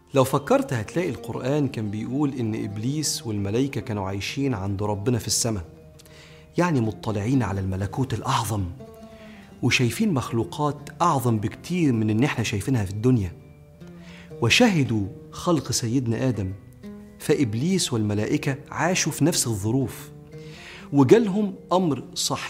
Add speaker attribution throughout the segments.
Speaker 1: لو فكرت هتلاقي القرآن كان بيقول إن إبليس والملائكة كانوا عايشين عند ربنا في السماء، يعني مطلعين على الملكوت الأعظم وشايفين مخلوقات أعظم بكتير من إن إحنا شايفينها في الدنيا، وشهدوا خلق سيدنا آدم. فإبليس والملائكة عاشوا في نفس الظروف، وجالهم أمر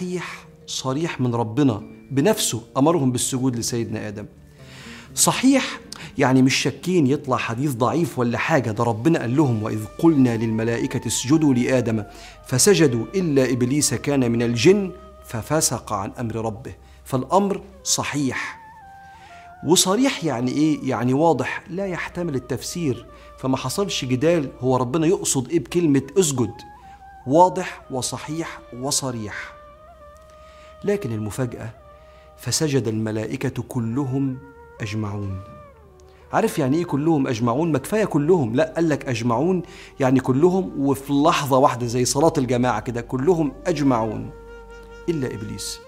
Speaker 1: صريح من ربنا بنفسه، أمرهم بالسجود لسيدنا آدم. صحيح يعني مش شاكين يطلع حديث ضعيف ولا حاجة، ده ربنا قال لهم: وإذ قلنا للملائكة اسجدوا لآدم فسجدوا إلا إبليس كان من الجن ففسق عن أمر ربه. فالأمر صحيح وصريح، يعني إيه؟ يعني واضح لا يحتمل التفسير، فما حصلش جدال هو ربنا يقصد إيه بكلمة اسجد، واضح وصحيح وصريح. لكن المفاجأة فسجد الملائكة كلهم أجمعون. عارف يعني إيه كلهم أجمعون؟ ما كفاية كلهم، لا، قال لك أجمعون يعني كلهم وفي لحظة واحدة زي صلاة الجماعة كده، كلهم أجمعون إلا إبليس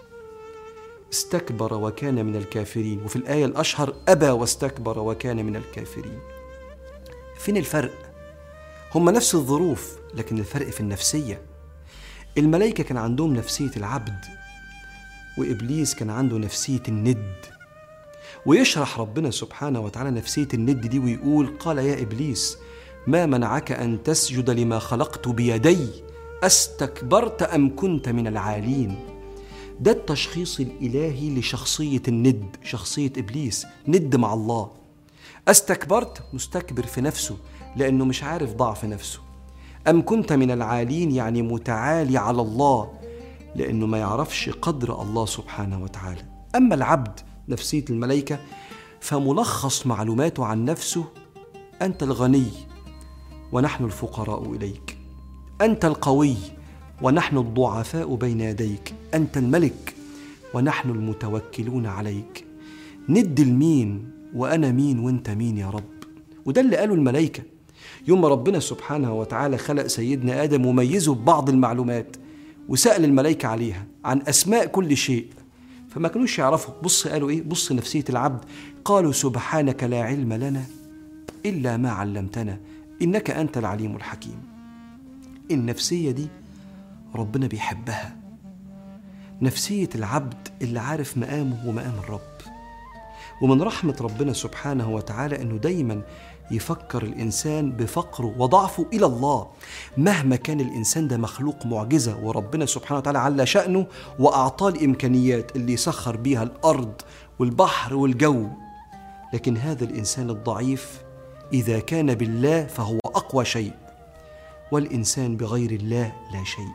Speaker 1: استكبر وكان من الكافرين. وفي الآية الأشهر أبى واستكبر وكان من الكافرين. فين الفرق؟ هم نفس الظروف لكن الفرق في النفسية. الملائكة كان عندهم نفسية العبد وإبليس كان عنده نفسية الند. ويشرح ربنا سبحانه وتعالى نفسية الند دي ويقول: قال يا إبليس ما منعك أن تسجد لما خلقت بيدي أستكبرت أم كنت من العالين. ده التشخيص الإلهي لشخصية الند، شخصية إبليس ند مع الله. أستكبرت مستكبر في نفسه لأنه مش عارف ضعف نفسه. أم كنت من العالين يعني متعالي على الله لأنه ما يعرفش قدر الله سبحانه وتعالى. أما العبد نفسية الملائكة فملخص معلوماته عن نفسه: أنت الغني ونحن الفقراء إليك، أنت القوي ونحن الضعفاء بين يديك، أنت الملك ونحن المتوكلون عليك. ند المين وأنا مين وأنت مين يا رب؟ وده اللي قاله الملائكة يوم ربنا سبحانه وتعالى خلق سيدنا آدم وميزه ببعض المعلومات وسأل الملائكة عليها عن أسماء كل شيء، فما كانوش يعرفوا. بص قالوا إيه؟ بص نفسية العبد، قالوا سبحانك لا علم لنا إلا ما علمتنا إنك أنت العليم الحكيم. النفسية دي ربنا بيحبها، نفسية العبد اللي عارف مقامه ومقام الرب. ومن رحمة ربنا سبحانه وتعالى أنه دايما يفكر الإنسان بفقره وضعفه إلى الله، مهما كان الإنسان ده مخلوق معجزة، وربنا سبحانه وتعالى على شأنه وأعطاه الإمكانيات اللي يسخر بيها الأرض والبحر والجو. لكن هذا الإنسان الضعيف إذا كان بالله فهو أقوى شيء، والإنسان بغير الله لا شيء.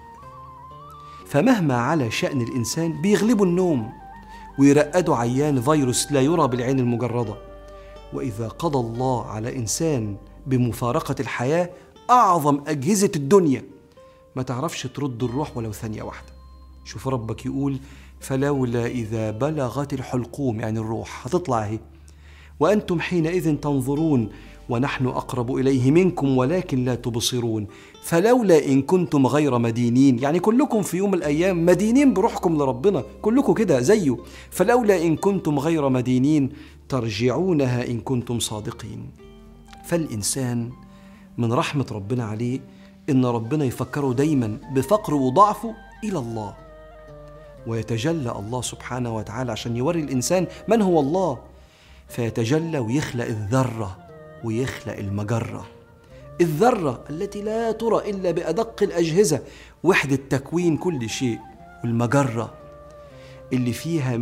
Speaker 1: فمهما على شأن الإنسان بيغلبه النوم ويرقدوا عيان فيروس لا يرى بالعين المجردة. وإذا قضى الله على إنسان بمفارقة الحياة أعظم أجهزة الدنيا ما تعرفش ترد الروح ولو ثانية واحدة. شوف ربك يقول: فلولا إذا بلغت الحلقوم، يعني الروح هتطلع اهي، وأنتم حينئذ تنظرون ونحن أقرب إليه منكم ولكن لا تبصرون. فلولا إن كنتم غير مدينين، يعني كلكم في يوم الأيام مدينين بروحكم لربنا، كلكم كده زيه. فلولا إن كنتم غير مدينين ترجعونها إن كنتم صادقين. فالإنسان من رحمة ربنا عليه إن ربنا يفكره دايما بفقره وضعفه إلى الله، ويتجلى الله سبحانه وتعالى عشان يوري الإنسان من هو الله، فيتجلى ويخلق الذرة ويخلق المجرة. الذرة التي لا ترى إلا بأدق الأجهزة، وحدة تكوين كل شيء، والمجرة اللي فيها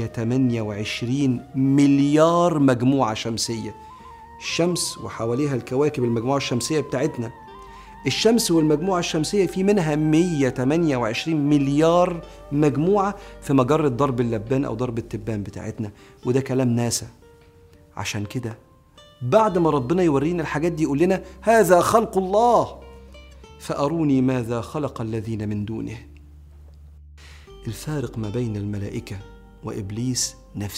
Speaker 1: 128 مليار مجموعة شمسية. الشمس وحواليها الكواكب المجموعة الشمسية بتاعتنا، الشمس والمجموعة الشمسية في منها 128 مليار مجموعة في مجرة درب اللبان أو درب التبان بتاعتنا، وده كلام ناسا. عشان كده بعد ما ربنا يورينا الحاجات دي يقول لنا: هذا خلق الله فأروني ماذا خلق الذين من دونه. الفارق ما بين الملائكة وإبليس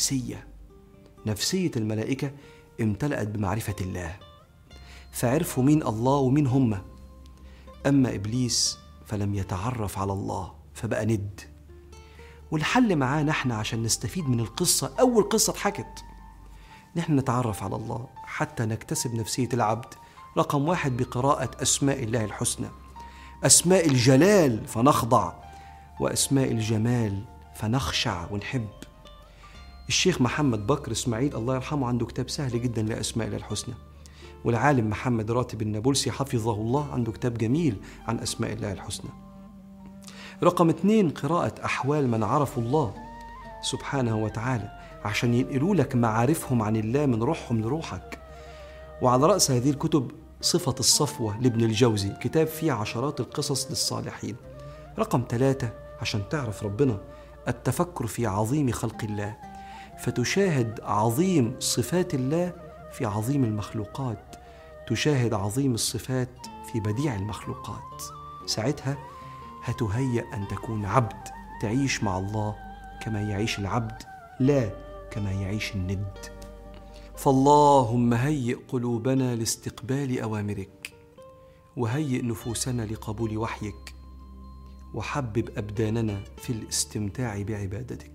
Speaker 1: نفسية الملائكة امتلأت بمعرفة الله، فعرفوا مين الله ومين هم. أما إبليس فلم يتعرف على الله فبقى ند. والحل معانا احنا عشان نستفيد من القصة، أول قصة اتحكت نحن نتعرف على الله حتى نكتسب نفسية العبد. رقم 1 بقراءة أسماء الله الحسنى، أسماء الجلال فنخضع، وأسماء الجمال فنخشع ونحب. الشيخ محمد بكر إسماعيل الله يرحمه عنده كتاب سهل جدا لأسماء الله الحسنى، والعالم محمد راتب النابلسي حفظه الله عنده كتاب جميل عن أسماء الله الحسنى. رقم 2 قراءة أحوال من عرفوا الله سبحانه وتعالى عشان ينقلوا لك معارفهم عن الله من روحهم لروحك. وعلى رأس هذه الكتب صفة الصفوة لابن الجوزي، كتاب فيه عشرات القصص للصالحين. رقم 3 عشان تعرف ربنا التفكر في عظيم خلق الله، فتشاهد عظيم صفات الله في عظيم المخلوقات، تشاهد عظيم الصفات في بديع المخلوقات. ساعتها هتهيأ أن تكون عبد تعيش مع الله كما يعيش العبد، لا كما يعيش الند. فاللهم هيئ قلوبنا لاستقبال أوامرك، وهيئ نفوسنا لقبول وحيك، وحبب أبداننا في الاستمتاع بعبادتك.